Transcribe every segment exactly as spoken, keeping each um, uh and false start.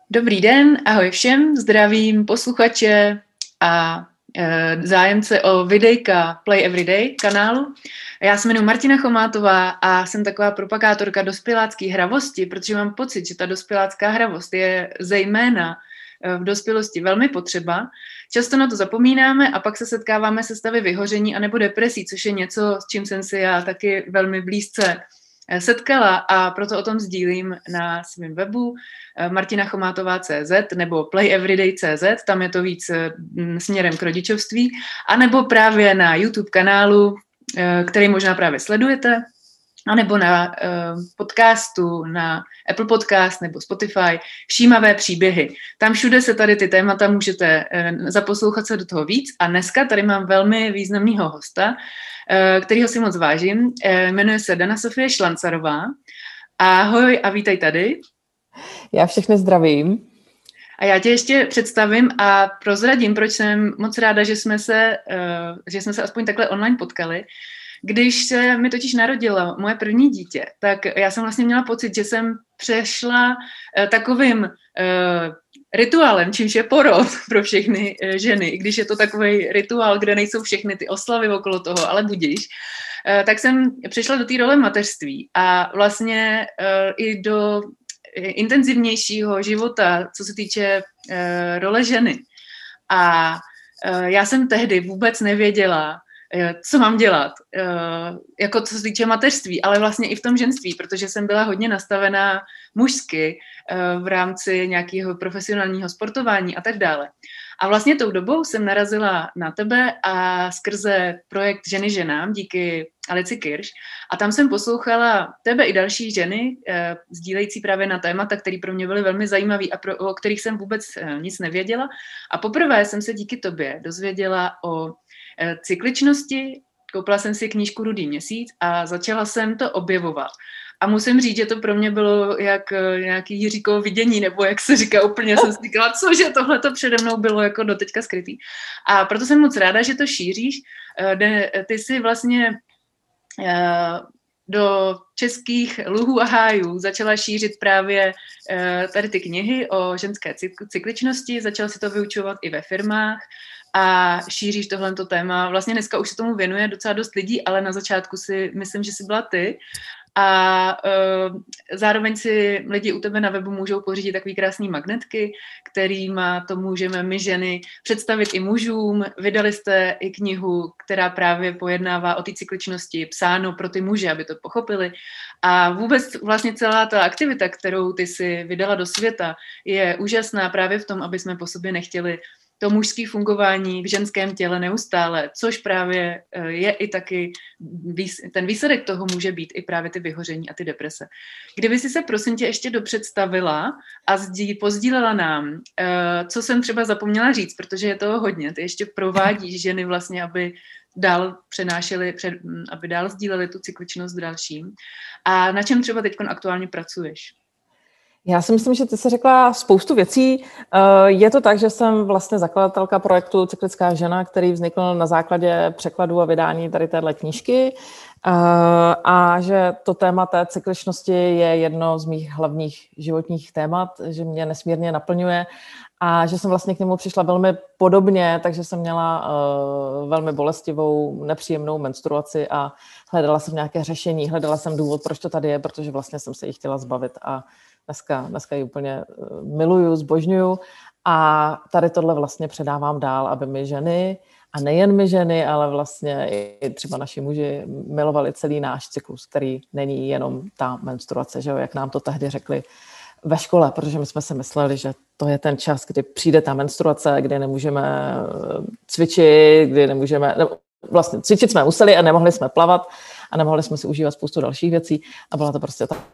Dobrý den, ahoj všem, zdravím posluchače a e, zájemce o videjka Play Everyday kanálu. Já se jmenuji Martina Chomátová a jsem taková propagátorka dospělácké hravosti, protože mám pocit, že ta dospělácká hravost je zejména v dospělosti velmi potřeba. Často na to zapomínáme a pak se setkáváme se stavy vyhoření anebo depresí, což je něco, s čím jsem si já taky velmi blízce setkala a proto o tom sdílím na svém webu martina chomátová tečka cé zet nebo play everyday tečka cé zet, tam je to víc směrem k rodičovství, anebo právě na YouTube kanálu, který možná právě sledujete, anebo na podcastu, na Apple Podcast nebo Spotify, Všímavé příběhy. Tam všude se tady ty témata můžete zaposlouchat se do toho víc a dneska tady mám velmi významného hosta, kterýho si moc vážím. Jmenuje se Dana Sofie Šlancarová. Ahoj a vítej tady. Já všechny zdravím. A já tě ještě představím a prozradím, proč jsem moc ráda, že jsme se, že jsme se aspoň takhle online potkali. Když se mi totiž narodilo moje první dítě, tak já jsem vlastně měla pocit, že jsem přešla takovým rituálem, čímž je porod pro všechny ženy, i když je to takový rituál, kde nejsou všechny ty oslavy okolo toho, ale budíš, tak jsem přešla do té role mateřství a vlastně i do intenzivnějšího života, co se týče role ženy. A já jsem tehdy vůbec nevěděla, co mám dělat, jako co se týče mateřství, ale vlastně i v tom ženství, protože jsem byla hodně nastavená mužsky v rámci nějakého profesionálního sportování a tak dále. A vlastně tou dobou jsem narazila na tebe a skrze projekt Ženy ženám díky Alici Kirš a tam jsem poslouchala tebe i další ženy, sdílející právě na témata, které pro mě byly velmi zajímavé a pro, o kterých jsem vůbec nic nevěděla. A poprvé jsem se díky tobě dozvěděla o cykličnosti, koupila jsem si knížku Rudý měsíc a začala jsem to objevovat. A musím říct, že to pro mě bylo jak nějaký Jiříkovo vidění, nebo jak se říká, úplně jsem si říkala, cože tohle to přede mnou bylo jako doteďka skrytý. A proto jsem moc ráda, že to šíříš. Ty jsi vlastně do českých luhů a hájů začala šířit právě tady ty knihy o ženské cykličnosti, začala si to vyučovat i ve firmách a šíříš tohleto téma. Vlastně dneska už se tomu věnuje docela dost lidí, ale na začátku si myslím, že jsi byla ty. A uh, zároveň si lidi u tebe na webu můžou pořídit takový krásný magnetky, kterýma to můžeme my ženy představit i mužům. Vydali jste i knihu, která právě pojednává o té cykličnosti, psáno pro ty muže, aby to pochopili. A vůbec vlastně celá ta aktivita, kterou ty si vydala do světa, je úžasná právě v tom, aby jsme po sobě nechtěli to mužské fungování v ženském těle neustále, což právě je i taky, ten výsledek toho může být i právě ty vyhoření a ty deprese. Kdyby si se prosím tě ještě dopředstavila a zdí, pozdílela nám, co jsem třeba zapomněla říct, protože je toho hodně, ty ještě provádíš ženy vlastně, aby dál přenášeli, před, aby dál sdíleli tu cykličnost dalším. A na čem třeba teď aktuálně pracuješ? Já si myslím, že ty jsi řekla spoustu věcí. Je to tak, že jsem vlastně zakladatelka projektu Cyklická žena, který vznikl na základě překladu a vydání tady téhle knížky a že to téma té cykličnosti je jedno z mých hlavních životních témat, že mě nesmírně naplňuje a že jsem vlastně k němu přišla velmi podobně, takže jsem měla velmi bolestivou, nepříjemnou menstruaci a hledala jsem nějaké řešení, hledala jsem důvod, proč to tady je, protože vlastně jsem se jí chtěla zbavit a Dneska, dneska ji úplně miluju, zbožňuju a tady tohle vlastně předávám dál, aby my ženy, a nejen my ženy, ale vlastně i třeba naši muži milovali celý náš cyklus, který není jenom ta menstruace, že jo, jak nám to tehdy řekli ve škole, protože my jsme si mysleli, že to je ten čas, kdy přijde ta menstruace, kdy nemůžeme cvičit, kdy nemůžeme, ne, vlastně cvičit jsme museli a nemohli jsme plavat a nemohli jsme si užívat spoustu dalších věcí a byla to prostě ta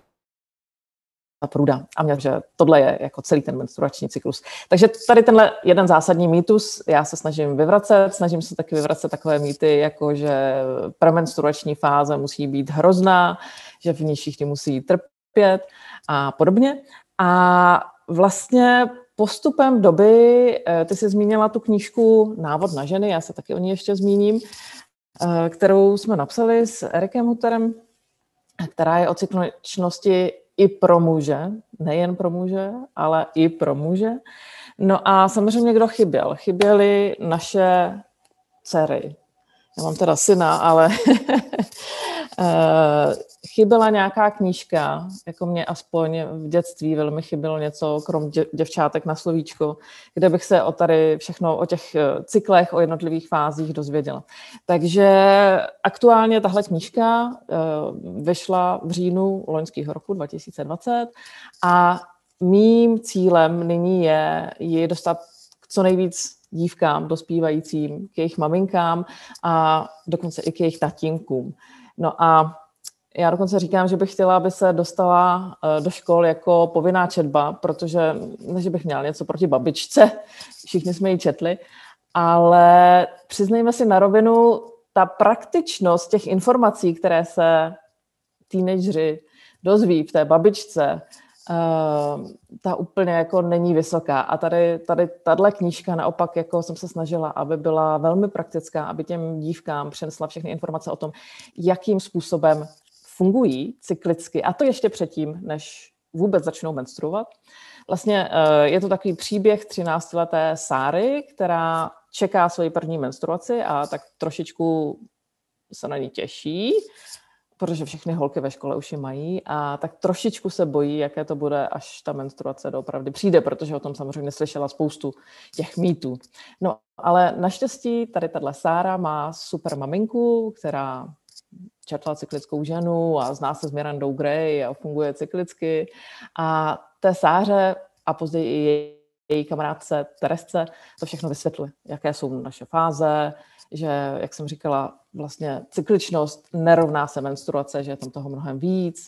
průda. A mě, že tohle je jako celý ten menstruační cyklus. Takže tady tenhle jeden zásadní mýtus já se snažím vyvracet. Snažím se taky vyvracet takové mýty, jako že premenstruační fáze musí být hrozná, že v ní všichni musí trpět a podobně. A vlastně postupem doby, ty jsi zmínila tu knížku Návod na ženy, já se taky o ní ještě zmíním, kterou jsme napsali s Erikem Huterem, která je o cykličnosti i pro muže, nejen pro muže, ale i pro muže. No a samozřejmě kdo chyběl? Chyběly naše dcery. Já mám teda syna, ale chyběla nějaká knížka, jako mě aspoň v dětství velmi chybělo něco, krom děvčátek na slovíčko, kde bych se o tady všechno, o těch cyklech, o jednotlivých fázích dozvěděla. Takže aktuálně tahle knížka vyšla v říjnu loňského roku dva tisíce dvacet a mým cílem nyní je ji dostat k co nejvíc dívkám, dospívajícím, k jejich maminkám a dokonce i k jejich tatínkům. No a já dokonce říkám, že bych chtěla, aby se dostala do škol jako povinná četba, protože ne, že bych měla něco proti babičce, všichni jsme ji četli, ale přiznejme si na rovinu, ta praktičnost těch informací, které se teenageři dozví v té babičce, Uh, ta úplně jako není vysoká. A tady, tady tahle knížka naopak jako jsem se snažila, aby byla velmi praktická, aby těm dívkám přinesla všechny informace o tom, jakým způsobem fungují cyklicky. A to ještě předtím, než vůbec začnou menstruovat. Vlastně uh, je to takový příběh třináctileté Sáry, která čeká svoji první menstruaci a tak trošičku se na ní těší, protože všechny holky ve škole už ji mají a tak trošičku se bojí, jaké to bude, až ta menstruace doopravdy přijde, protože o tom samozřejmě slyšela spoustu těch mýtů. No, ale naštěstí tady tahle Sára má super maminku, která četla Cyklickou ženu a zná se s Mirandou Gray a funguje cyklicky. A té Sáře a později i její, její kamarádce Teresce to všechno vysvětluje, jaké jsou naše fáze, že, jak jsem říkala, vlastně cykličnost nerovná se menstruace, že je tam toho mnohem víc,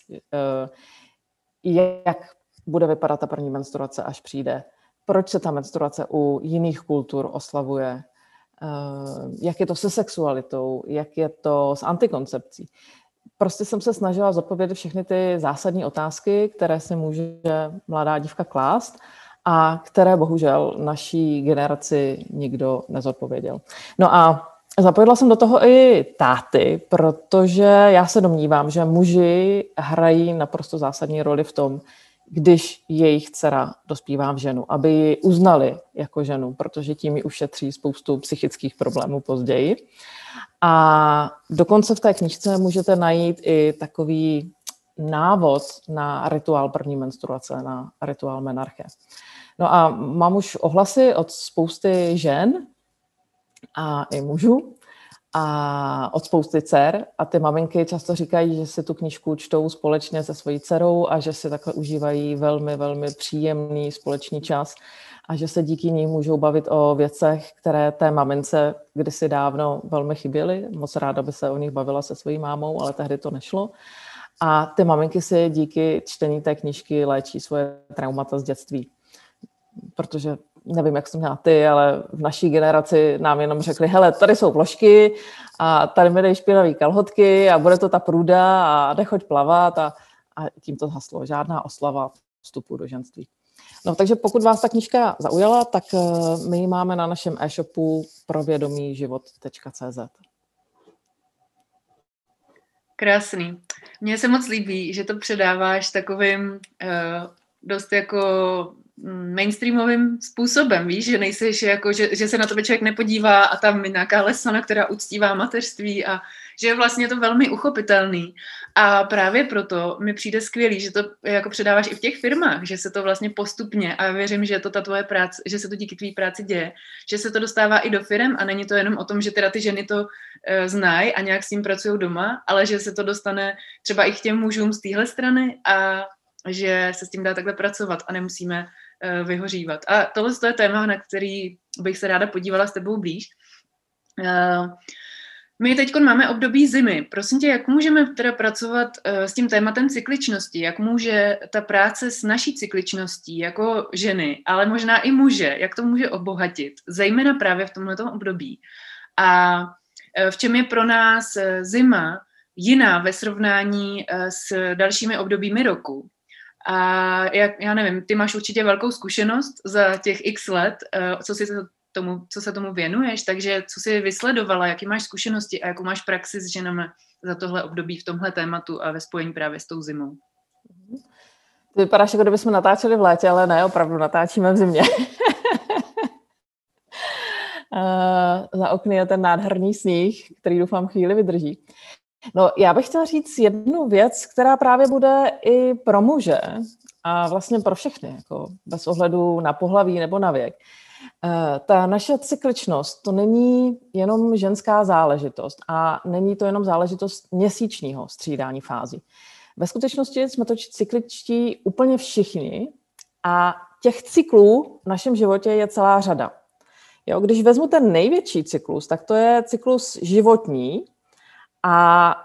jak bude vypadat ta první menstruace, až přijde, proč se ta menstruace u jiných kultur oslavuje, jak je to se sexualitou, jak je to s antikoncepcí. Prostě jsem se snažila zodpovědět všechny ty zásadní otázky, které si může mladá dívka klást a které bohužel naší generaci nikdo nezodpověděl. No a zapojila jsem do toho i táty, protože já se domnívám, že muži hrají naprosto zásadní roli v tom, když jejich dcera dospívá v ženu, aby ji uznali jako ženu, protože tím ji ušetří spoustu psychických problémů později. A dokonce v té knížce můžete najít i takový návod na rituál první menstruace, na rituál menarche. No a mám už ohlasy od spousty žen a i mužů a od spousty dcer a ty maminky často říkají, že si tu knížku čtou společně se svojí dcerou a že si takhle užívají velmi, velmi příjemný společný čas a že se díky ní můžou bavit o věcech, které té mamince kdysi dávno velmi chyběly. Moc ráda by se o nich bavila se svojí mámou, ale tehdy to nešlo. A ty maminky si díky čtení té knížky léčí svoje traumata z dětství. Protože nevím, jak jsem měla ty, ale v naší generaci nám jenom řekli, hele, tady jsou vložky a tady mi dej špinavý kalhotky a bude to ta průda a nechoď plavat a, a tím to zhaslo. Žádná oslava vstupu do ženství. No, takže pokud vás ta knížka zaujala, tak my ji máme na našem e-shopu provědomýživot tečka cé zet. Krásný. Mně se moc líbí, že to předáváš takovým uh, dost jako mainstreamovým způsobem, víš, že nejseš jako, že, že se na tebe člověk nepodívá a tam je nějaká lesana, která uctívá mateřství a že je vlastně to velmi uchopitelný. A právě proto mi přijde skvělý, že to jako předáváš i v těch firmách, že se to vlastně postupně, a věřím, že to ta tvoje práce, že se to díky tvý práci děje, že se to dostává i do firem a není to jenom o tom, že teda ty ženy to uh, znají a nějak s tím pracují doma, ale že se to dostane třeba i k těm mužům z téhle strany a že se s tím dá takhle pracovat a nemusíme uh, vyhořívat. A tohle je téma, na který bych se ráda podívala s tebou blíž. Uh, My teď máme období zimy. Prosím tě, jak můžeme teda pracovat uh, s tím tématem cykličnosti? Jak může ta práce s naší cykličností jako ženy, ale možná i muže, jak to může obohatit, zejména právě v tomhletom období? A uh, v čem je pro nás uh, zima jiná ve srovnání uh, s dalšími obdobími roku? A jak, já nevím, ty máš určitě velkou zkušenost za těch x let, uh, co si tomu, co se tomu věnuješ, takže co jsi vysledovala, jaký máš zkušenosti a jakou máš praxi s ženami za tohle období v tomhle tématu a ve spojení právě s tou zimou? To vypadáš, jako kdybychom natáčeli v létě, ale ne, opravdu natáčíme v zimě. uh, za okny je ten nádherný sníh, který doufám chvíli vydrží. No, já bych chtěla říct jednu věc, která právě bude i pro muže a vlastně pro všechny, jako bez ohledu na pohlaví nebo na věk. Ta naše cykličnost, to není jenom ženská záležitost a není to jenom záležitost měsíčního střídání fází. Ve skutečnosti jsme to cykličtí úplně všichni a těch cyklů v našem životě je celá řada. Jo, když vezmu ten největší cyklus, tak to je cyklus životní a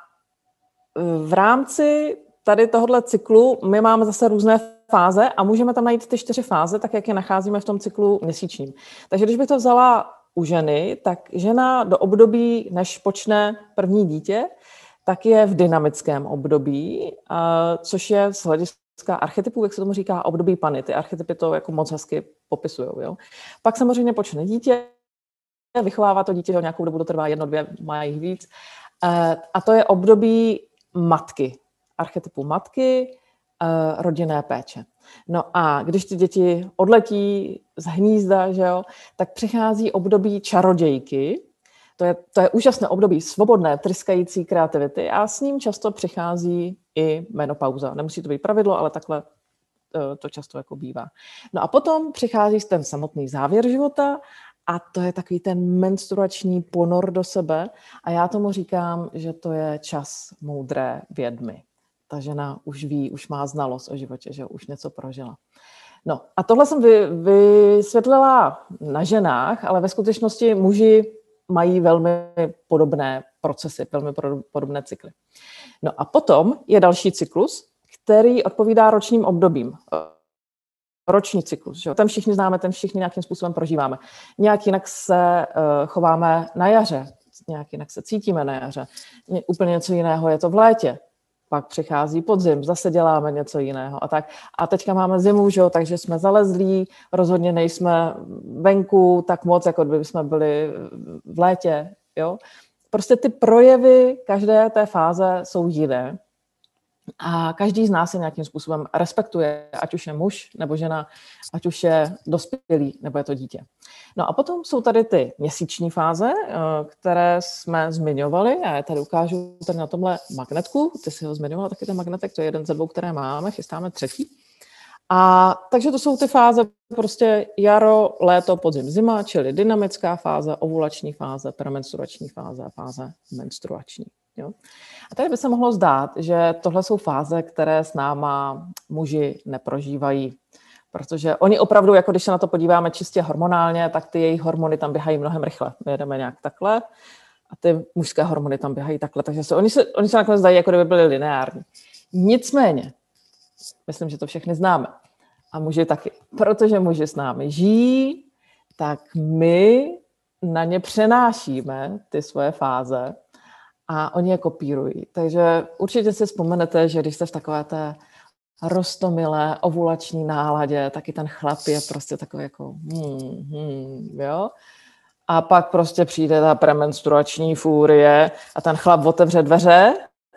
v rámci tady tohohle cyklu my máme zase různé fáze a můžeme tam najít ty čtyři fáze, tak jak je nacházíme v tom cyklu měsíčním. Takže když bych to vzala u ženy, tak žena do období, než počne první dítě, tak je v dynamickém období, což je z hlediska archetypů, jak se tomu říká, období Pany. Ty archetypy to jako moc hezky popisujou. Jo? Pak samozřejmě počne dítě, vychovává to dítě, nějakou dobu to trvá jedno, dvě, má jich víc. A to je období matky, archetypu matky, rodinné péče. No a když ty děti odletí z hnízda, že jo, tak přichází období čarodějky. To je, to je úžasné období svobodné, tryskající kreativity a s ním často přichází i menopauza. Nemusí to být pravidlo, ale takhle to často jako bývá. No a potom přichází ten samotný závěr života a to je takový ten menstruační ponor do sebe a já tomu říkám, že to je čas moudré vědmy. Ta žena už ví, už má znalost o životě, že už něco prožila. No a tohle jsem vy, vysvětlila na ženách, ale ve skutečnosti muži mají velmi podobné procesy, velmi podobné cykly. No a potom je další cyklus, který odpovídá ročním obdobím. Roční cyklus. Že? Ten všichni známe, ten všichni nějakým způsobem prožíváme. Nějak jinak se uh, chováme na jaře, nějak jinak se cítíme na jaře. Ně, úplně něco jiného je to v létě. Pak přichází podzim, zase děláme něco jiného a tak. A teďka máme zimu, že? Takže jsme zalezlí, rozhodně nejsme venku tak moc, jako kdyby jsme byli v létě. Jo? Prostě ty projevy každé té fáze jsou jiné. A každý z nás se nějakým způsobem respektuje, ať už je muž nebo žena, ať už je dospělý nebo je to dítě. No a potom jsou tady ty měsíční fáze, které jsme zmiňovali. Já je tady ukážu tady na tomhle magnetku. Ty si ho zmiňovala, taky ten magnetek, to je jeden ze dvou, které máme, chystáme třetí. A takže to jsou ty fáze prostě jaro, léto, podzim, zima, čili dynamická fáze, ovulační fáze, premenstruační fáze a fáze menstruační. Jo? A tady by se mohlo zdát, že tohle jsou fáze, které s náma muži neprožívají, protože oni opravdu, jako když se na to podíváme čistě hormonálně, tak ty jejich hormony tam běhají mnohem rychle. My jedeme nějak takhle a ty mužské hormony tam běhají takhle, takže se, oni, se, oni se nakonec zdají, jako kdyby byly lineární. Nicméně, myslím, že to všechny známe. A muži taky. Protože muži s námi žijí, tak my na ně přenášíme ty svoje fáze a oni je kopírují. Takže určitě si vzpomenete, že když jste v takové té roztomilé, ovulační náladě, taky ten chlap je prostě takový jako hmm, hmm, jo. A pak prostě přijde ta premenstruační fúrie a ten chlap otevře dveře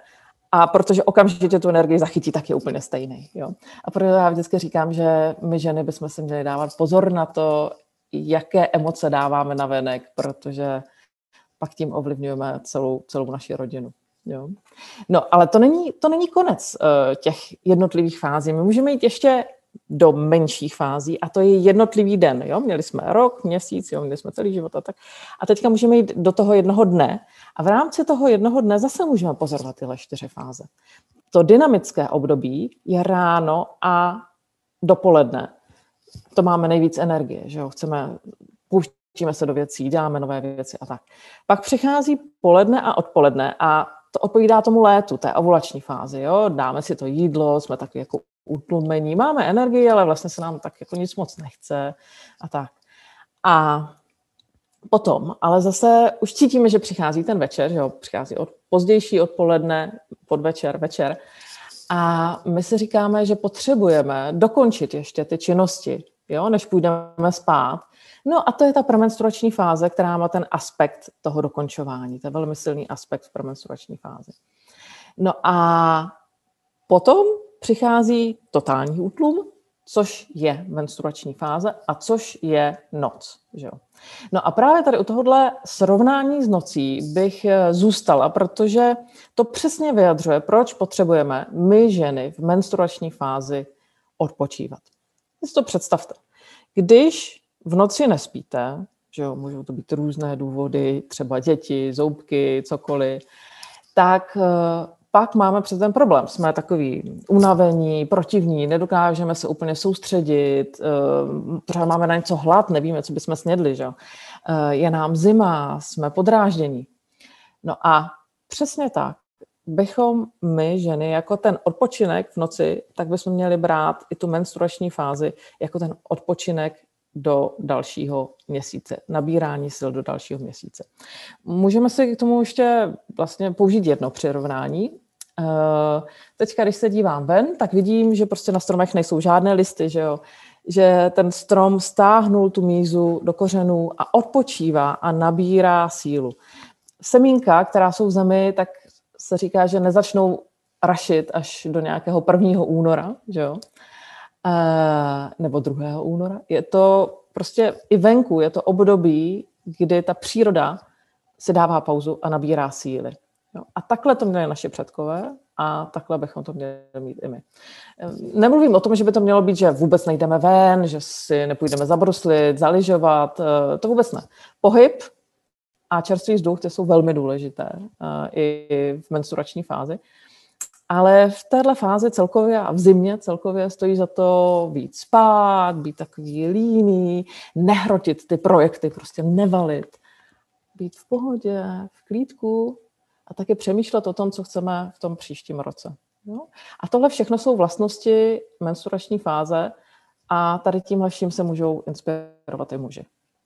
a protože okamžitě tu energii zachytí, tak je úplně stejný. Jo? A proto já vždycky říkám, že my ženy bychom si měli dávat pozor na to, jaké emoce dáváme na venek, protože pak tím ovlivňujeme celou, celou naši rodinu. Jo? No, ale to není, to není konec uh, těch jednotlivých fází. My můžeme jít ještě do menších fází a to je jednotlivý den. Jo? Měli jsme rok, měsíc, jo? Měli jsme celý život a tak. A teďka můžeme jít do toho jednoho dne a v rámci toho jednoho dne zase můžeme pozorovat tyhle čtyři fáze. To dynamické období je ráno a dopoledne. To máme nejvíc energie, že jo? Chceme, pouštíme se do věcí, děláme nové věci a tak. Pak přichází poledne a odpoledne a to odpovídá tomu létu, té ovulační fázi. Jo? Dáme si to jídlo, jsme taky jako utlumení, máme energii, ale vlastně se nám tak jako nic moc nechce a tak. A potom, ale zase už cítíme, že přichází ten večer, že jo? Přichází od pozdější odpoledne, podvečer, večer a my si říkáme, že potřebujeme dokončit ještě ty činnosti, jo? Než půjdeme spát. No a to je ta premenstruační fáze, která má ten aspekt toho dokončování. To je velmi silný aspekt v premenstruační fázi. No a potom přichází totální útlum, což je menstruační fáze a což je noc. Že jo? No a právě tady u tohohle srovnání s nocí bych zůstala, protože to přesně vyjadřuje, proč potřebujeme my ženy v menstruační fázi odpočívat. Si to představte. Když v noci nespíte, že jo, můžou to být různé důvody, třeba děti, zoubky, cokoliv, tak pak máme přes ten problém. Jsme takový unavení, protivní, nedokážeme se úplně soustředit, třeba máme na něco hlad, nevíme, co bychom snědli, že? Je nám zima, jsme podráždění. No a přesně tak bychom my, ženy, jako ten odpočinek v noci, tak bychom měli brát i tu menstruační fázi jako ten odpočinek do dalšího měsíce, nabírání sil do dalšího měsíce. Můžeme si k tomu ještě vlastně použít jedno přirovnání. Teďka, když se dívám ven, tak vidím, že prostě na stromech nejsou žádné listy, že jo? Že ten strom stáhnul tu mízu do kořenů a odpočívá a nabírá sílu. Semínka, která jsou v zemi, tak se říká, že nezačnou rašit až do nějakého prvního února, že jo? Nebo druhého února. Je to prostě i venku, je to období, kdy ta příroda si dává pauzu a nabírá síly. Jo. A takhle to měli naši předkové a takhle bychom to měli mít i my. Nemluvím o tom, že by to mělo být, že vůbec nejdeme ven, že si nepůjdeme zabruslit, zaližovat, to vůbec ne. Pohyb a čerstvý vzduch, ty jsou velmi důležité i v menstruační fázi. Ale v téhle fázi celkově a v zimě celkově stojí za to víc spát, být takový líný, nehrotit ty projekty, prostě nevalit, být v pohodě, v klídku a taky přemýšlet o tom, co chceme v tom příštím roce. Jo? A tohle všechno jsou vlastnosti menstruační fáze a tady tímhle vším se můžou inspirovat i muži.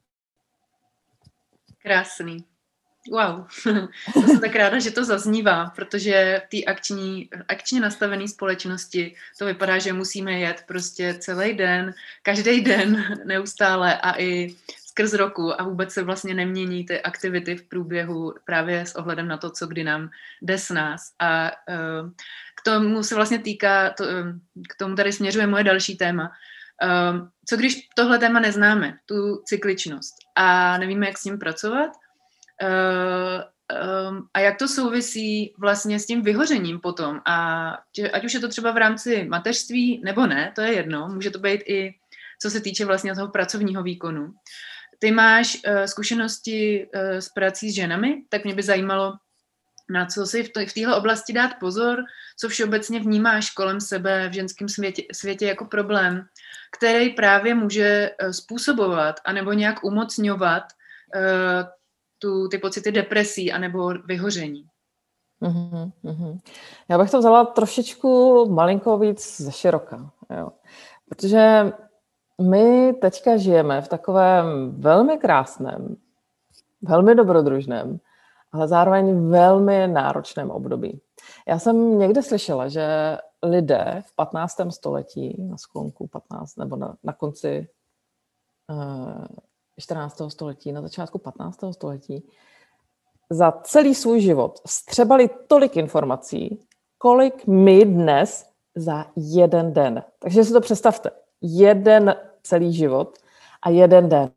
Krásný. Wow, to jsem tak ráda, že to zaznívá, protože v té akční, akčně nastavené společnosti to vypadá, že musíme jet prostě celý den, každý den neustále a i skrz roku a vůbec se vlastně nemění ty aktivity v průběhu právě s ohledem na to, co kdy nám jde s nás. A uh, k tomu se vlastně týká, to, um, k tomu tady směřuje moje další téma. Um, co když tohle téma neznáme, tu cykličnost a nevíme, jak s ním pracovat? Uh, um, a jak to souvisí vlastně s tím vyhořením potom a že, ať už je to třeba v rámci mateřství nebo ne, to je jedno, může to být i co se týče vlastně toho pracovního výkonu. Ty máš uh, zkušenosti uh, s prací s ženami, tak mě by zajímalo, na co si v, to, v téhle oblasti dát pozor, co všeobecně vnímáš kolem sebe v ženském světě, světě jako problém, který právě může uh, způsobovat anebo nějak umocňovat uh, tu, ty pocity depresí anebo vyhoření. Uhum, uhum. Já bych to vzala trošičku malinko víc ze široka, jo. Protože my teďka žijeme v takovém velmi krásném, velmi dobrodružném, ale zároveň velmi náročném období. Já jsem někde slyšela, že lidé v patnáctém století, na sklonku patnáctého nebo na, na konci uh, čtrnáctého století, na začátku patnáctého století, za celý svůj život vstřebali tolik informací, kolik my dnes za jeden den. Takže si to představte. Jeden celý život a jeden den.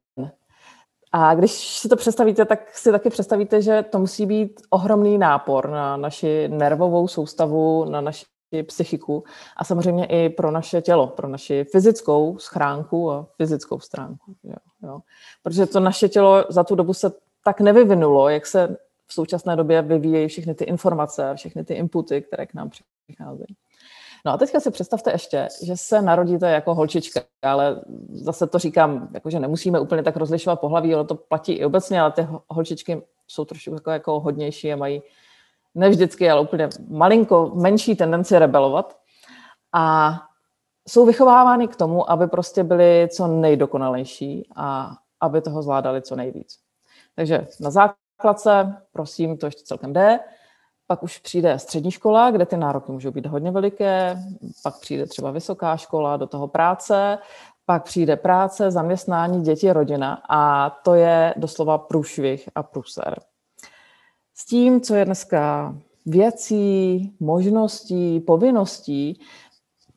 A když si to představíte, tak si taky představíte, že to musí být ohromný nápor na naši nervovou soustavu, na naši psychiku a samozřejmě i pro naše tělo, pro naši fyzickou schránku a fyzickou stránku. Jo, jo. Protože to naše tělo za tu dobu se tak nevyvinulo, jak se v současné době vyvíjejí všechny ty informace, všechny ty inputy, které k nám přicházejí. No a teďka si představte ještě, že se narodíte jako holčička, ale zase to říkám, jako, že nemusíme úplně tak rozlišovat pohlaví, ono to platí i obecně, ale ty holčičky jsou trošku jako, jako hodnější a mají ne vždycky, ale úplně malinko menší tendenci rebelovat a jsou vychovávány k tomu, aby prostě byly co nejdokonalejší a aby toho zvládali co nejvíc. Takže na základce, prosím, to ještě celkem jde, pak už přijde střední škola, kde ty nároky můžou být hodně veliké, pak přijde třeba vysoká škola, do toho práce, pak přijde práce, zaměstnání, děti, rodina a to je doslova průšvih a průser. S tím, co je dneska věcí, možností, povinností,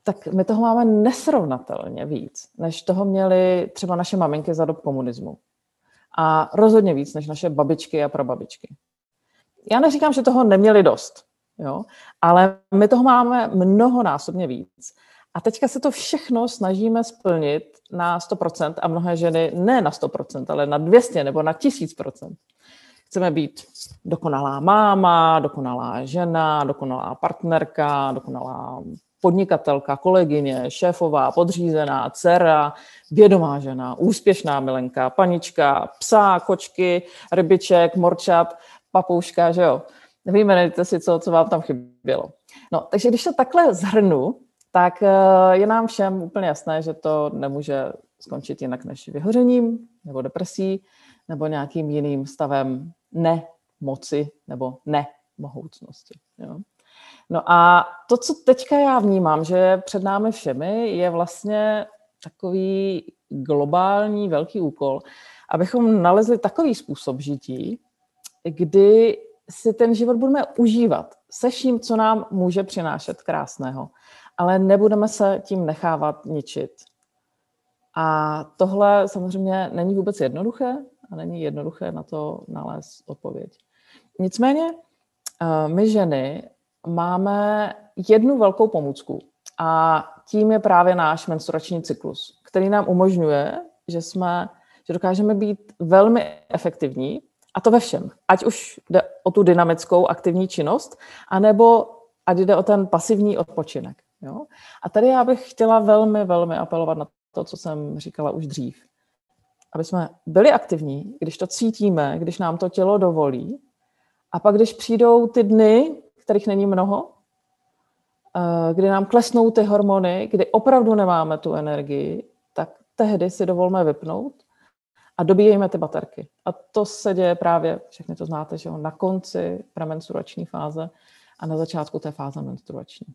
tak my toho máme nesrovnatelně víc, než toho měly třeba naše maminky za dob komunismu. A rozhodně víc, než naše babičky a prababičky. Já neříkám, že toho neměli dost, jo? Ale my toho máme mnohonásobně víc. A teďka se to všechno snažíme splnit na sto procent a mnohé ženy ne na sto procent, ale na dvě stě nebo na tisíc procent. Chceme být dokonalá máma, dokonalá žena, dokonalá partnerka, dokonalá podnikatelka, kolegyně, šéfová, podřízená, dcera, vědomá žena, úspěšná milenka, panička, psa, kočky, rybiček, morčat, papouška, že jo. Vyjmenujte si, co, co vám tam chybělo. No, takže když to takhle zhrnu, tak je nám všem úplně jasné, že to nemůže skončit jinak než vyhořením nebo depresí nebo nějakým jiným stavem nemoci nebo nemohoucnosti. Jo. No a to, co teďka já vnímám, že je před námi všemi, je vlastně takový globální velký úkol, abychom nalezli takový způsob žití, kdy si ten život budeme užívat se vším, co nám může přinášet krásného, ale nebudeme se tím nechávat ničit. A tohle samozřejmě není vůbec jednoduché a není jednoduché na to nalézt odpověď. Nicméně my ženy máme jednu velkou pomůcku a tím je právě náš menstruační cyklus, který nám umožňuje, že jsme, že dokážeme být velmi efektivní, a to ve všem. Ať už jde o tu dynamickou aktivní činnost, anebo ať jde o ten pasivní odpočinek. Jo? A tady já bych chtěla velmi, velmi apelovat na to, co jsem říkala už dřív. Aby jsme byli aktivní, když to cítíme, když nám to tělo dovolí, a pak když přijdou ty dny, kterých není mnoho, kdy nám klesnou ty hormony, kdy opravdu nemáme tu energii, tak tehdy si dovolme vypnout a dobíjejme ty baterky. A to se děje právě, všechny to znáte, že jo, na konci premenstruační fáze a na začátku té fáze menstruační.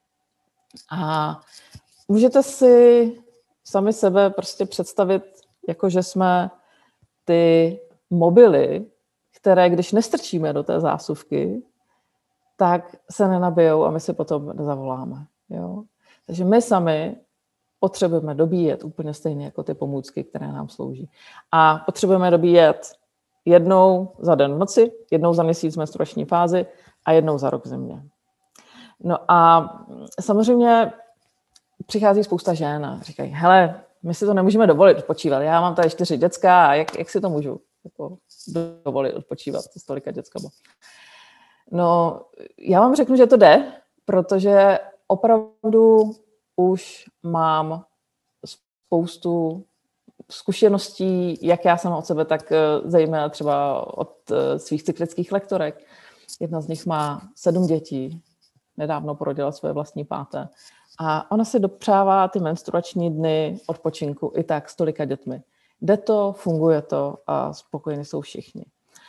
A můžete si sami sebe prostě představit, jako že jsme ty mobily, které když nestrčíme do té zásuvky, tak se nenabijou a my si potom nezavoláme. Jo? Takže my sami potřebujeme dobíjet úplně stejně jako ty pomůcky, které nám slouží. A potřebujeme dobíjet jednou za den v noci, jednou za měsíc menstruační fázi a jednou za rok v zimě. No a samozřejmě přichází spousta žen a říkají, hele, my si to nemůžeme dovolit odpočívat. Já mám tady čtyři děcka a jak, jak si to můžu jako, dovolit odpočívat s tolika dětskama? No, já vám řeknu, že to jde, protože opravdu už mám spoustu zkušeností, jak já sama od sebe, tak zejména třeba od svých cyklických lektorek. Jedna z nich má sedm dětí, nedávno porodila svoje vlastní páté. A ona si dopřává ty menstruační dny odpočinku i tak s tolika dětmi. Jde to, funguje to a spokojení jsou všichni.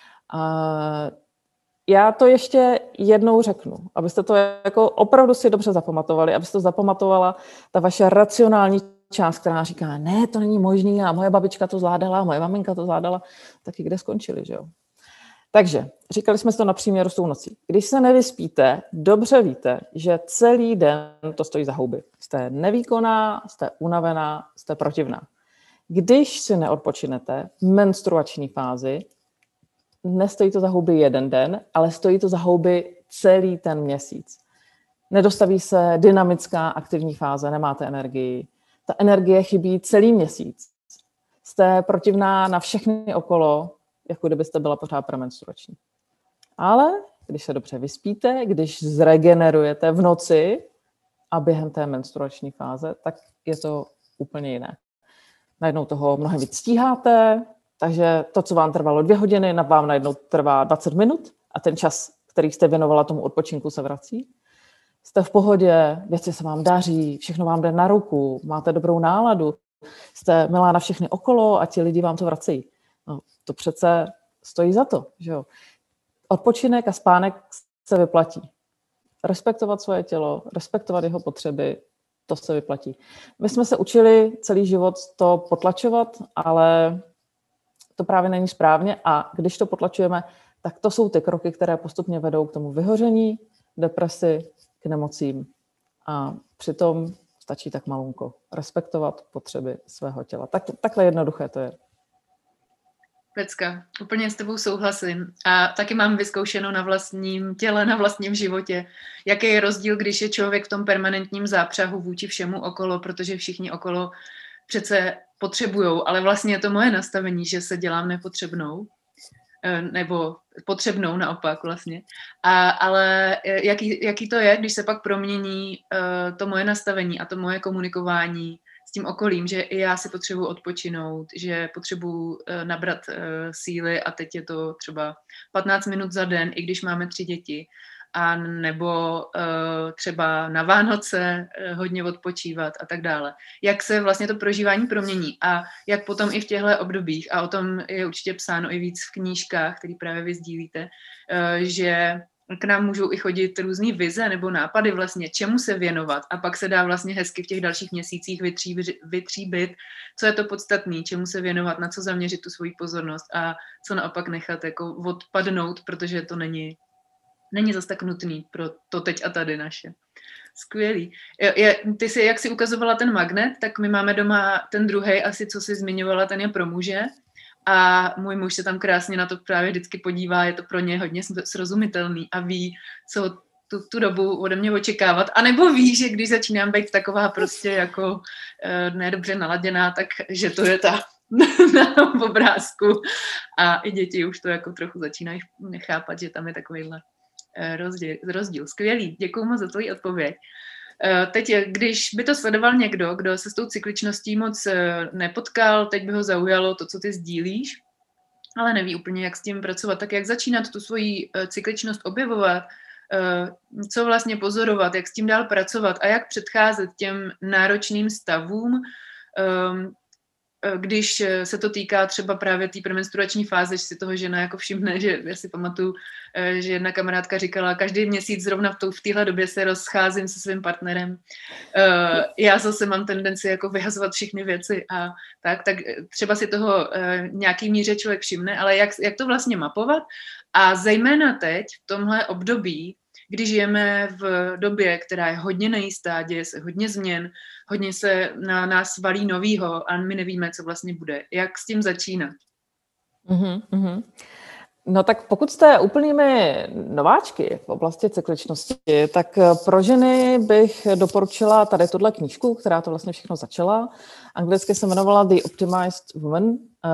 A já to ještě jednou řeknu, abyste to jako opravdu si dobře zapamatovali, abyste to zapamatovala ta vaše racionální část, která říká, ne, to není možný a moje babička to zvládala, moje maminka to zvládala, taky kde skončili, že jo? Takže, říkali jsme si to na příměru s tou nocí. Když se nevyspíte, dobře víte, že celý den to stojí za houby. Jste nevýkonná, jste unavená, jste protivná. Když si neodpočinete v menstruační fázi, nestojí to za houby jeden den, ale stojí to za houby celý ten měsíc. Nedostaví se dynamická aktivní fáze, nemáte energii. Ta energie chybí celý měsíc. Jste protivná na všechny okolo, jako kdybyste byla pořád premenstruační. Ale když se dobře vyspíte, když zregenerujete v noci a během té menstruační fáze, tak je to úplně jiné. Najednou toho mnohem víc stíháte, takže to, co vám trvalo dvě hodiny, na vám najednou trvá dvacet minut a ten čas, který jste věnovala tomu odpočinku, se vrací. Jste v pohodě, věci se vám daří, všechno vám jde na ruku, máte dobrou náladu, jste milá na všechny okolo a ti lidi vám to vracejí. No, to přece stojí za to, že jo. Odpočinek a spánek se vyplatí. Respektovat svoje tělo, respektovat jeho potřeby, to se vyplatí. My jsme se učili celý život to potlačovat, ale to právě není správně a když to potlačujeme, tak to jsou ty kroky, které postupně vedou k tomu vyhoření, depresi, k nemocím A přitom stačí tak malunko respektovat potřeby svého těla. Tak, takhle jednoduché to je. Pecka, úplně s tebou souhlasím. A taky mám vyzkoušeno na vlastním těle, na vlastním životě, jaký je rozdíl, když je člověk v tom permanentním zápřahu vůči všemu okolo, protože všichni okolo přece potřebujou, ale vlastně je to moje nastavení, že se dělám nepotřebnou, nebo potřebnou naopak vlastně. A, ale jaký, jaký to je, když se pak promění uh, to moje nastavení a to moje komunikování s tím okolím, že i já si potřebuji odpočinout, že potřebuji uh, nabrat uh, síly a teď je to třeba patnáct minut za den, i když máme tři děti, a nebo uh, třeba na Vánoce uh, hodně odpočívat a tak dále. Jak se vlastně to prožívání promění a jak potom i v těchto obdobích, a o tom je určitě psáno i víc v knížkách, které právě vy sdílíte, uh, že k nám můžou i chodit různý vize nebo nápady vlastně, čemu se věnovat, a pak se dá vlastně hezky v těch dalších měsících vytříbit, vytříbit, co je to podstatný, čemu se věnovat, na co zaměřit tu svoji pozornost a co naopak nechat jako odpadnout, protože to není Není zas tak nutný pro to teď a tady naše. Skvělý. Je, ty si, jak jsi ukazovala ten magnet, tak my máme doma ten druhej, asi co jsi zmiňovala, ten je pro muže. A můj muž se tam krásně na to právě vždycky podívá, je to pro ně hodně srozumitelný a ví, co tu, tu dobu ode mě očekávat. A nebo ví, že když začínám být taková prostě jako nedobře naladěná, tak že to je ta na obrázku. A i děti už to jako trochu začínají nechápat, že tam je takovýhle rozdíl. rozdíl. Skvělý, děkuju moc za tvoji odpověď. Teď, když by to sledoval někdo, kdo se s tou cykličností moc nepotkal, teď by ho zaujalo to, co ty sdílíš, ale neví úplně, jak s tím pracovat, tak jak začínat tu svoji cykličnost objevovat, co vlastně pozorovat, jak s tím dál pracovat a jak předcházet těm náročným stavům, když se to týká třeba právě té premenstruační fáze, že si toho žena jako všimne, že já si pamatuju, že jedna kamarádka říkala, každý měsíc zrovna v, v téhle době se rozcházím se svým partnerem. Já zase mám tendenci jako vyhazovat všechny věci a tak, tak třeba si toho nějaký míře člověk všimne, ale jak, jak to vlastně mapovat a zejména teď v tomhle období, když žijeme v době, která je hodně nejistá, děje se hodně změn, hodně se na nás valí novýho a my nevíme, co vlastně bude. Jak s tím začínat? Mm-hmm. No tak pokud jste úplnými nováčky v oblasti cykličnosti, tak pro ženy bych doporučila tady tuhle knížku, která to vlastně všechno začala. Anglicky se jmenovala The Optimized Woman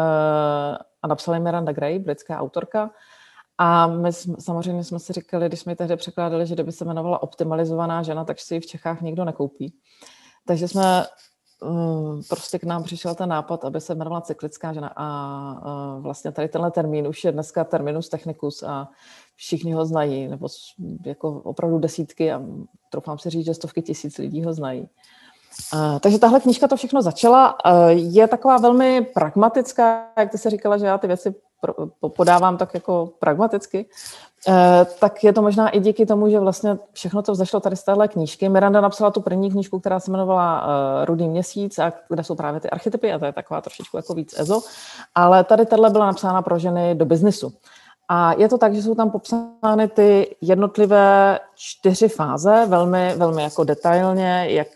a napsala Miranda Gray, britská autorka. A my jsme, samozřejmě jsme si říkali, když jsme ji tehdy překládali, že kdyby se jmenovala Optimalizovaná žena, tak si ji v Čechách nikdo nekoupí. Takže jsme um, prostě k nám přišel ten nápad, aby se jmenovala Cyklická žena. A uh, vlastně tady tenhle termín už je dneska terminus technicus a všichni ho znají, nebo jako opravdu desítky a troufám si říct, že stovky tisíc lidí ho znají. Uh, takže tahle knížka to všechno začala. Uh, je taková velmi pragmatická, jak ty jsi říkala, že já ty věci podávám tak jako pragmaticky, tak je to možná i díky tomu, že vlastně všechno to vzešlo tady z téhle knížky. Miranda napsala tu první knížku, která se jmenovala Rudý měsíc, a kde jsou právě ty archetypy, a to je taková trošičku jako víc ezo, ale tady tahle byla napsána pro ženy do biznisu. A je to tak, že jsou tam popsány ty jednotlivé čtyři fáze, velmi, velmi jako detailně, jak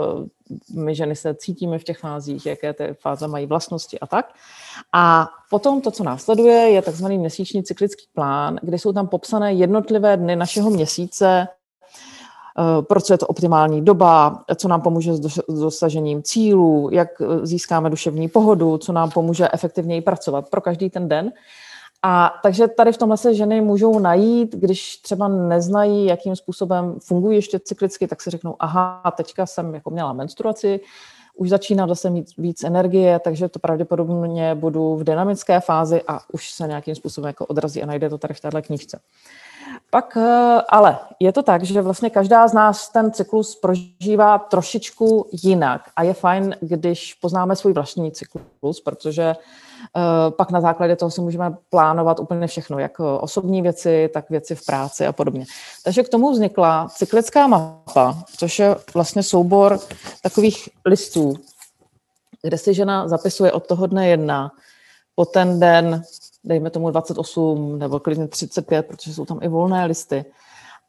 my ženy se cítíme v těch fázích, jaké ty fáze mají vlastnosti a tak. A potom to, co následuje, je takzvaný měsíční cyklický plán, kde jsou tam popsané jednotlivé dny našeho měsíce, proč je to optimální doba, co nám pomůže s dosažením cílů, jak získáme duševní pohodu, co nám pomůže efektivněji pracovat pro každý ten den. A takže tady v tomhle se ženy můžou najít, když třeba neznají, jakým způsobem fungují ještě cyklicky, tak si řeknou, aha, teďka jsem jako měla menstruaci, už začíná zase mít víc energie, takže to pravděpodobně budu v dynamické fázi a už se nějakým způsobem jako odrazí a najde to tady v téhle knížce. Pak ale je to tak, že vlastně každá z nás ten cyklus prožívá trošičku jinak a je fajn, když poznáme svůj vlastní cyklus, protože pak na základě toho si můžeme plánovat úplně všechno, jak osobní věci, tak věci v práci a podobně. Takže k tomu vznikla cyklická mapa, což je vlastně soubor takových listů, kde si žena zapisuje od toho dne jedna po ten den, dejme tomu dvacet osm nebo klidně třicet pět, protože jsou tam i volné listy.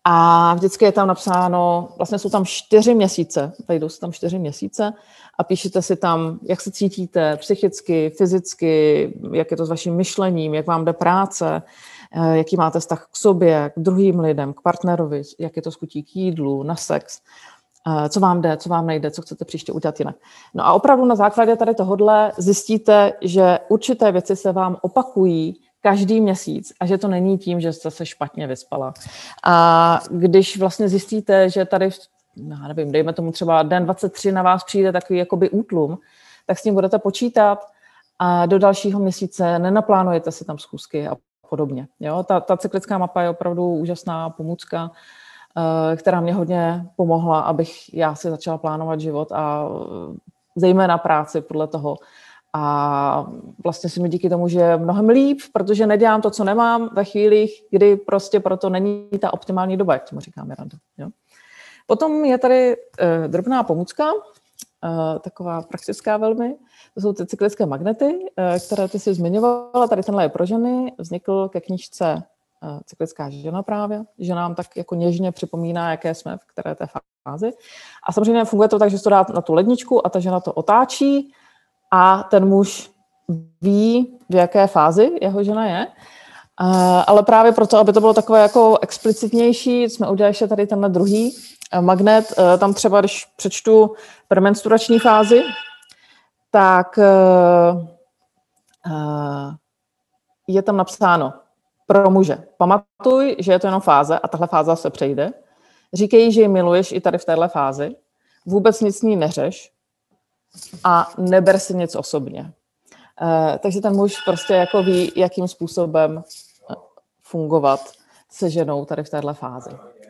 A vždycky je tam napsáno, vlastně jsou tam čtyři měsíce, vejdou se tam čtyři měsíce a píšete si tam, jak se cítíte psychicky, fyzicky, jak je to s vaším myšlením, jak vám jde práce, jaký máte vztah k sobě, k druhým lidem, k partnerovi, jak je to s chutí k jídlu, na sex, co vám jde, co vám nejde, co chcete příště udělat jinak. No a opravdu na základě tady tohodle zjistíte, že určité věci se vám opakují každý měsíc a že to není tím, že jste se špatně vyspala. A když vlastně zjistíte, že tady, já nevím, dejme tomu třeba den dvacet tři na vás přijde takový jakoby útlum, tak s tím budete počítat a do dalšího měsíce nenaplánujete si tam schůzky a podobně. Jo? Ta, ta cyklická mapa je opravdu úžasná pomůcka, která mě hodně pomohla, abych já si začala plánovat život a zejména práci podle toho. A vlastně si mi díky tomu, že je mnohem líp, protože nedělám to, co nemám ve chvílích, kdy prostě proto není ta optimální doba, jak tomu říká Miranda. Jo? Potom je tady eh, drobná pomůcka, eh, taková praktická velmi. To jsou ty cyklické magnety, eh, které ty si zmiňovala. Tady tenhle je pro ženy. Vznikl ke knížce eh, Cyklická žena právě, že nám tak jako něžně připomíná, jaké jsme v které té fázi. A samozřejmě funguje to tak, že se to dá na tu ledničku a ta žena to otáčí a ten muž ví, v jaké fázi jeho žena je. Uh, ale právě proto, aby to bylo takové jako explicitnější, jsme udělali ještě tady tenhle druhý uh, magnet. Uh, tam třeba, když přečtu premenstruační fázi, tak uh, uh, je tam napsáno pro muže. Pamatuj, že je to jenom fáze a tahle fáze se přejde. Říkej, že ji miluješ i tady v téhle fázi. Vůbec nic s ní neřeš a neber si nic osobně. Uh, takže ten muž prostě jako ví, jakým způsobem fungovat se ženou tady v téhle fázi.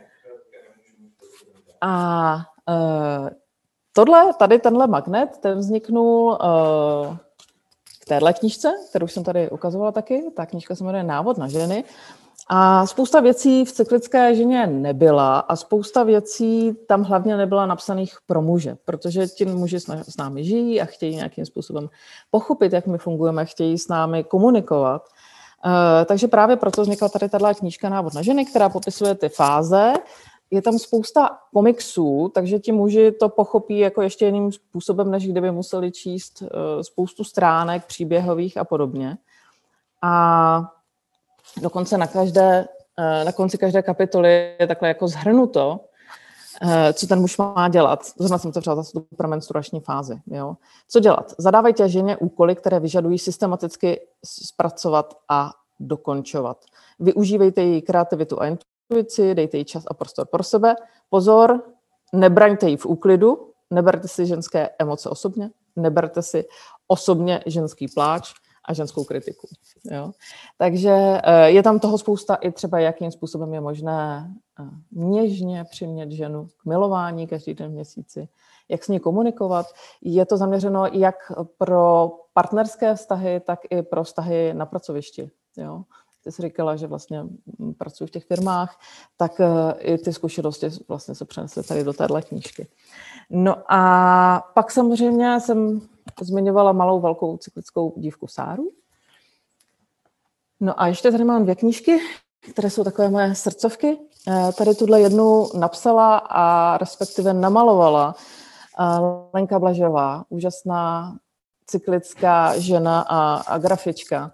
A uh, tohle, tady tenhle magnet, ten vzniknul uh, k téhle knížce, kterou jsem tady ukazovala taky. Ta knížka se jmenuje Návod na ženy. A spousta věcí v cyklické ženě nebyla a spousta věcí tam hlavně nebyla napsaných pro muže, protože ti muži s námi žijí a chtějí nějakým způsobem pochopit, jak my fungujeme, chtějí s námi komunikovat. Uh, takže právě proto vznikla tady tato knížka Návod na ženy, která popisuje ty fáze. Je tam spousta komiksů, takže ti muži to pochopí jako ještě jiným způsobem, než kdyby museli číst uh, spoustu stránek příběhových a podobně. A dokonce na, každé, na konci každé kapitoly je takhle jako zhrnuto, co ten muž má dělat. Zrovna jsem to třeba zase tu premenstruační fázi. Jo. Co dělat? Zadávejte ženě úkoly, které vyžadují systematicky zpracovat a dokončovat. Využívejte její kreativitu a intuici, dejte jí čas a prostor pro sebe. Pozor, nebraňte jí v úklidu, neberte si ženské emoce osobně, neberte si osobně ženský pláč a ženskou kritiku. Jo? Takže je tam toho spousta i třeba, jakým způsobem je možné něžně přimět ženu k milování každý den v měsíci, jak s ní komunikovat. Je to zaměřeno jak pro partnerské vztahy, tak i pro vztahy na pracovišti. Jo? Ty jsi říkala, že vlastně pracuji v těch firmách, tak i ty zkušenosti vlastně se přenesly tady do téhle knížky. No a pak samozřejmě jsem zmiňovala malou velkou cyklickou dívku Sáru. No a ještě tady mám dvě knížky, které jsou takové moje srdcovky. Tady tuhle jednu napsala a respektive namalovala Lenka Blažová, úžasná cyklická žena a, a grafička.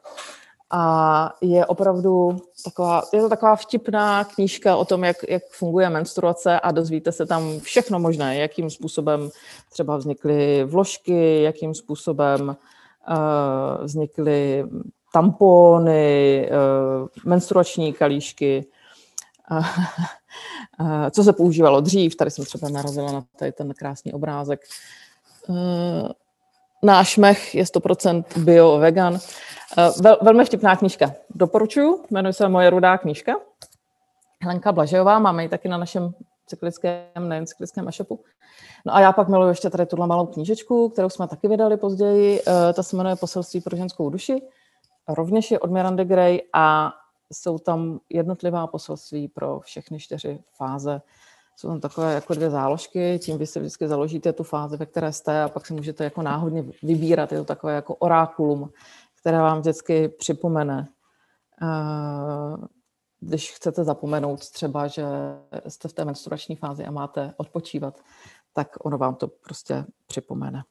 A je opravdu taková, je to taková vtipná knížka o tom, jak, jak funguje menstruace a dozvíte se tam všechno možné, jakým způsobem třeba vznikly vložky, jakým způsobem uh, vznikly tampony, uh, menstruační kalíšky, uh, uh, co se používalo dřív. Tady jsem třeba narazila na tady ten krásný obrázek. Uh, náš mech je sto procent bio vegan. Vel, velmi vtipná knížka. Doporučuji, jmenuje se Moje rudá knížka. Lenka Blažejová, máme ji taky na našem cyklickém, nejen cyklickém e-shopu. No a já pak miluji ještě tady tuhle malou knížečku, kterou jsme taky vydali později. Ta se jmenuje Poselství pro ženskou duši. Rovněž je od Mirandy Gray a jsou tam jednotlivá poselství pro všechny čtyři fáze. Jsou tam takové jako dvě záložky, tím vy si vždycky založíte tu fázi, ve které jste a pak si můžete jako náhodně vybírat. Je to takové jako orákulum, které vám vždycky připomene, uh, když chcete zapomenout třeba, že jste v té menstruační fázi a máte odpočívat, tak ono vám to prostě připomene.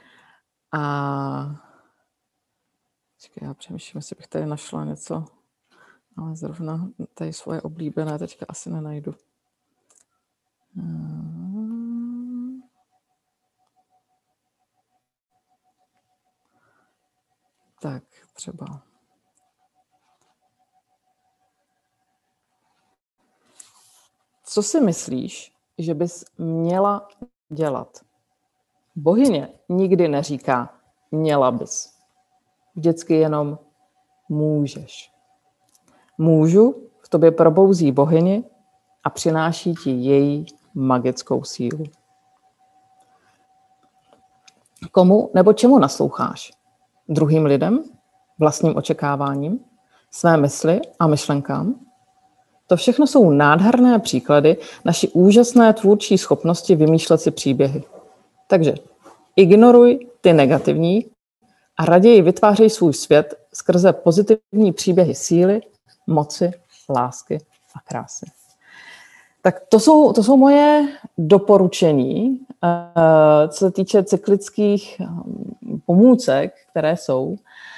A já přemýšlím, jestli bych tady našla něco, ale zrovna tady svoje oblíbené teďka asi nenajdu. Tak třeba. Co si myslíš, že bys měla dělat? Bohyně nikdy neříká měla bys. Vždycky jenom můžeš. Můžu v tobě probouzí bohyni a přináší ti její magickou sílu. Komu nebo čemu nasloucháš? Druhým lidem? Vlastním očekáváním? Své mysli a myšlenkám? To všechno jsou nádherné příklady naší úžasné tvůrčí schopnosti vymýšlet si příběhy. Takže ignoruj ty negativní a raději vytvářej svůj svět skrze pozitivní příběhy síly, moci, lásky a krásy. Tak to jsou, to jsou moje doporučení, co se týče cyklických pomůcek, které jsou.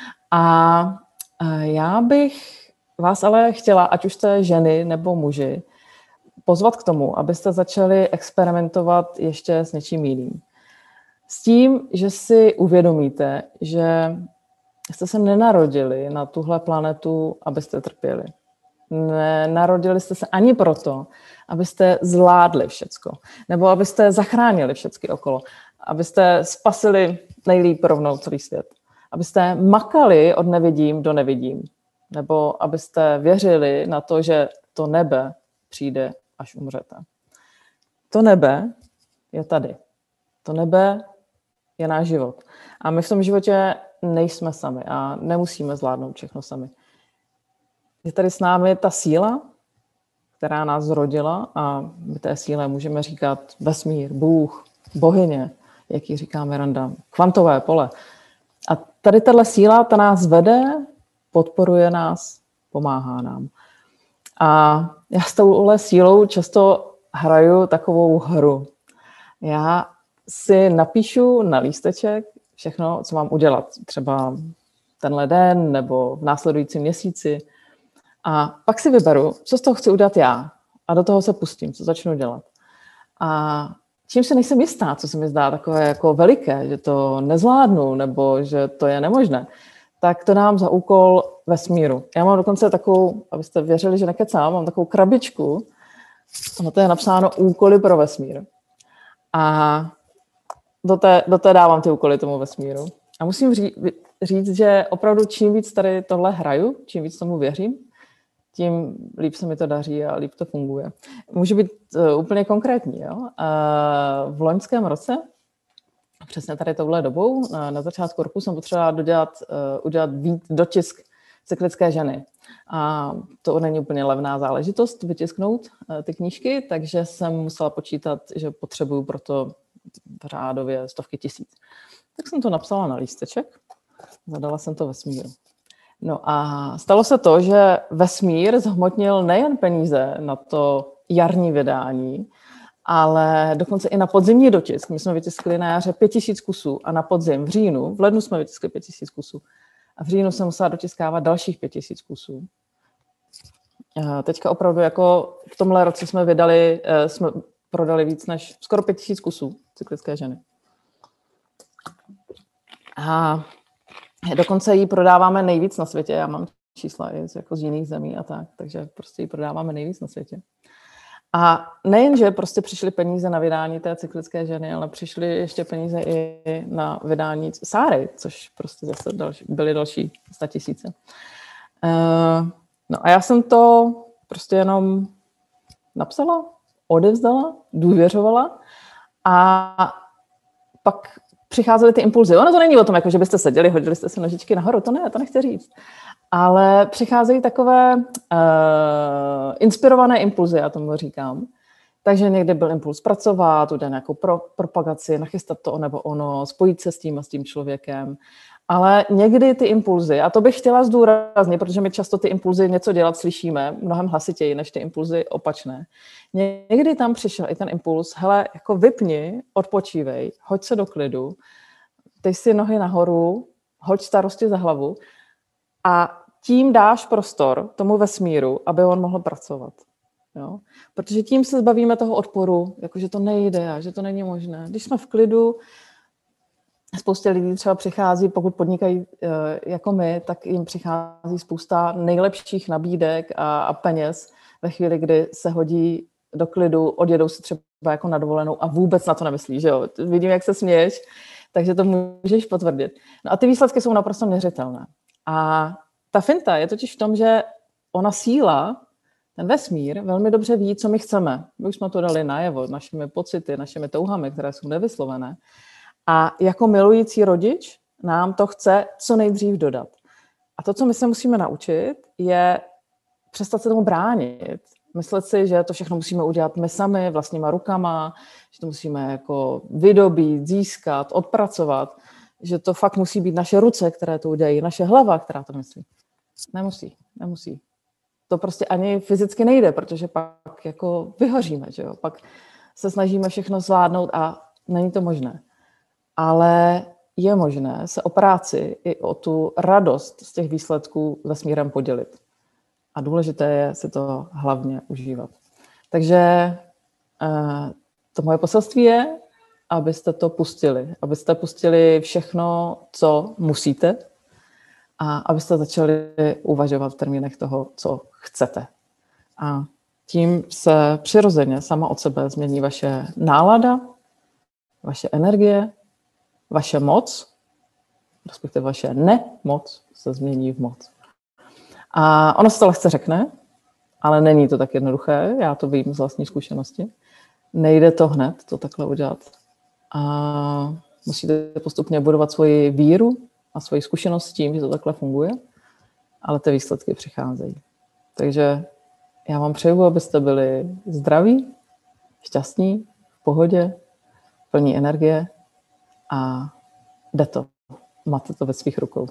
A já bych vás ale chtěla, ať už jste ženy nebo muži, pozvat k tomu, abyste začali experimentovat ještě s něčím jiným. S tím, že si uvědomíte, že jste se nenarodili na tuhle planetu, abyste trpěli. Nenarodili jste se ani proto, abyste zvládli všecko, nebo abyste zachránili všecky okolo, abyste spasili nejlíp rovnou celý svět, abyste makali od nevidím do nevidím, nebo abyste věřili na to, že to nebe přijde, až umřete. To nebe je tady. To nebe je náš život. A my v tom životě nejsme sami a nemusíme zvládnout všechno sami. Je tady s námi ta síla, která nás zrodila, a my té síle můžeme říkat vesmír, Bůh, bohyně, jak ji říká Miranda, kvantové pole. A tady tahle síla, ta nás vede, podporuje nás, pomáhá nám. A já s touhle sílou často hraju takovou hru. Já si napíšu na lísteček všechno, co mám udělat. Třeba tenhle den nebo v následujícím měsíci. A pak si vyberu, co z toho chci udělat já. A do toho se pustím, co začnu dělat. A čím se nejsem jistá, co se mi zdá takové jako veliké, že to nezvládnu nebo že to je nemožné, tak to dám za úkol vesmíru. Já mám dokonce takovou, abyste věřili, že nekecám, mám takovou krabičku, na to je napsáno úkoly pro vesmír. A do té, do té dávám ty úkoly tomu vesmíru. A musím ří, říct, že opravdu čím víc tady tohle hraju, čím víc tomu věřím, tím líp se mi to daří a líp to funguje. Může být uh, úplně konkrétní. Jo? Uh, v loňském roce, přesně tady touhle dobou, na, na začátku roku jsem potřebovala dodělat, uh, udělat víc dotisk cyklické ženy. A to není úplně levná záležitost vytisknout uh, ty knížky, takže jsem musela počítat, že potřebuju proto řádově stovky tisíc. Tak jsem to napsala na lísteček, zadala jsem to vesmíru. No a stalo se to, že vesmír zhmotnil nejen peníze na to jarní vydání, ale dokonce i na podzimní dotisk. My jsme vytiskli na jaře pět tisíc kusů a na podzim v říjnu, v lednu jsme vytiskli pět tisíc kusů a v říjnu jsem musela dotiskávat dalších pět tisíc kusů. Teďka opravdu jako v tomhle roce jsme vydali, jsme prodali víc než skoro pět tisíc kusů cyklické ženy. A dokonce ji prodáváme nejvíc na světě. Já mám čísla jako z jiných zemí a tak, takže prostě ji prodáváme nejvíc na světě. A nejen, že prostě přišly peníze na vydání té cyklické ženy, ale přišly ještě peníze i na vydání Sáry, což prostě zase další, byly další statisíce. Uh, no a já jsem to prostě jenom napsala, odevzdala, důvěřovala a pak přicházely ty impulzy. Ono to není o tom, jako, že byste seděli, hodili jste si nožičky nahoru, to ne, to nechci říct. Ale přicházejí takové uh, inspirované impulzy, já tomu říkám. Takže někdy byl impuls pracovat, udělat nějakou pro, propagaci, nachystat to nebo ono, spojit se s tím a s tím člověkem. Ale někdy ty impulzy, a to bych chtěla zdůraznit, protože my často ty impulzy něco dělat slyšíme mnohem hlasitěji než ty impulzy opačné. Někdy tam přišel i ten impuls, hele, jako vypni, odpočívej, hoď se do klidu, dej si nohy nahoru, hoď starosti za hlavu a tím dáš prostor tomu vesmíru, aby on mohl pracovat. Jo? Protože tím se zbavíme toho odporu, jako že to nejde a že to není možné. Když jsme v klidu, spoustě lidí třeba přichází, pokud podnikají jako my, tak jim přichází spousta nejlepších nabídek a, a peněz ve chvíli, kdy se hodí do klidu, odjedou si třeba jako na dovolenou a vůbec na to nemyslí, že jo? Vidím, jak se směješ, takže to můžeš potvrdit. No a ty výsledky jsou naprosto měřitelné. A ta finta je totiž v tom, že ona síla, ten vesmír, velmi dobře ví, co my chceme. My už jsme to dali najevo našimi pocity, našimi touhami, které jsou nevyslovené. A jako milující rodič nám to chce co nejdřív dodat. A to, co my se musíme naučit, je přestat se tomu bránit. Myslet si, že to všechno musíme udělat my sami, vlastníma rukama, že to musíme jako vydobít, získat, odpracovat, že to fakt musí být naše ruce, které to udělají, naše hlava, která to myslí. Nemusí, nemusí. To prostě ani fyzicky nejde, protože pak jako vyhoříme, že jo? Pak se snažíme všechno zvládnout a není to možné. Ale je možné se o práci i o tu radost z těch výsledků vesmírem podělit. A důležité je si to hlavně užívat. Takže to moje poselství je, abyste to pustili. Abyste pustili všechno, co musíte a abyste začali uvažovat v termínech toho, co chcete. A tím se přirozeně sama od sebe změní vaše nálada, vaše energie, vaše moc, respektive vaše nemoc se změní v moc. A ono se to lehce řekne, ale není to tak jednoduché, já to vím z vlastní zkušenosti. Nejde to hned, to takhle udělat. A musíte postupně budovat svoji víru a svoji zkušenost s tím, že to takhle funguje, ale ty výsledky přicházejí. Takže já vám přeju, abyste byli zdraví, šťastní, v pohodě, plní energie a jde to. Máte to ve svých rukou.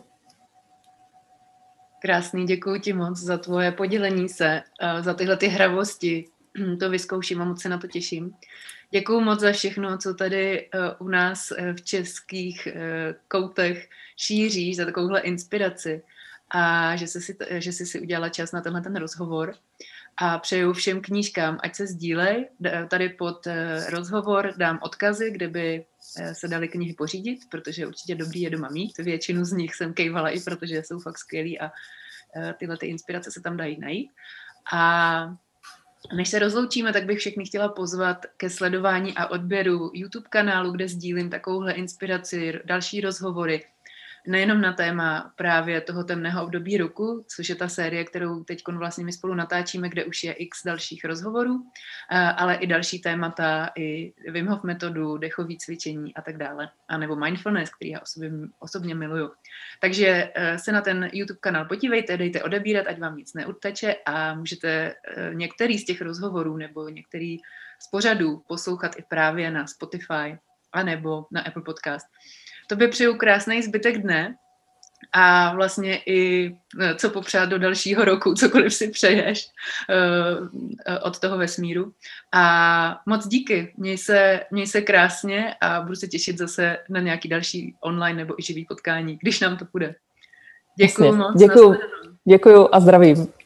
Krásný, děkuji ti moc za tvoje podělení se, za tyhle ty hravosti. To vyzkouším a moc se na to těším. Děkuji moc za všechno, co tady u nás v českých koutech šíříš, za takovouhle inspiraci a že jsi si, že jsi si udělala čas na tenhle ten rozhovor. A přeju všem knížkám, ať se sdílej. Tady pod rozhovor dám odkazy, kde by se daly knihy pořídit, protože určitě dobrý je doma mít. Většinu z nich jsem kejvala i protože jsou fakt skvělý a tyhle ty inspirace se tam dají najít. A než se rozloučíme, tak bych všechny chtěla pozvat ke sledování a odběru YouTube kanálu, kde sdílím takovouhle inspiraci, další rozhovory, nejenom na téma právě toho temného období roku, což je ta série, kterou teď vlastně my spolu natáčíme, kde už je x dalších rozhovorů, ale i další témata, i Wim Hof metodu, dechové cvičení a tak dále, a nebo mindfulness, který já osobně, osobně miluju. Takže se na ten YouTube kanál podívejte, dejte odebírat, ať vám nic neuteče a můžete některý z těch rozhovorů nebo některý z pořadů poslouchat i právě na Spotify a nebo na Apple Podcast. Tobě přeju krásný zbytek dne a vlastně i co popřát do dalšího roku, cokoliv si přeješ od toho vesmíru. A moc díky, měj se, měj se krásně a budu se těšit zase na nějaký další online nebo i živý potkání, když nám to půjde. Děkuju moc. Děkuju, děkuju a zdravím.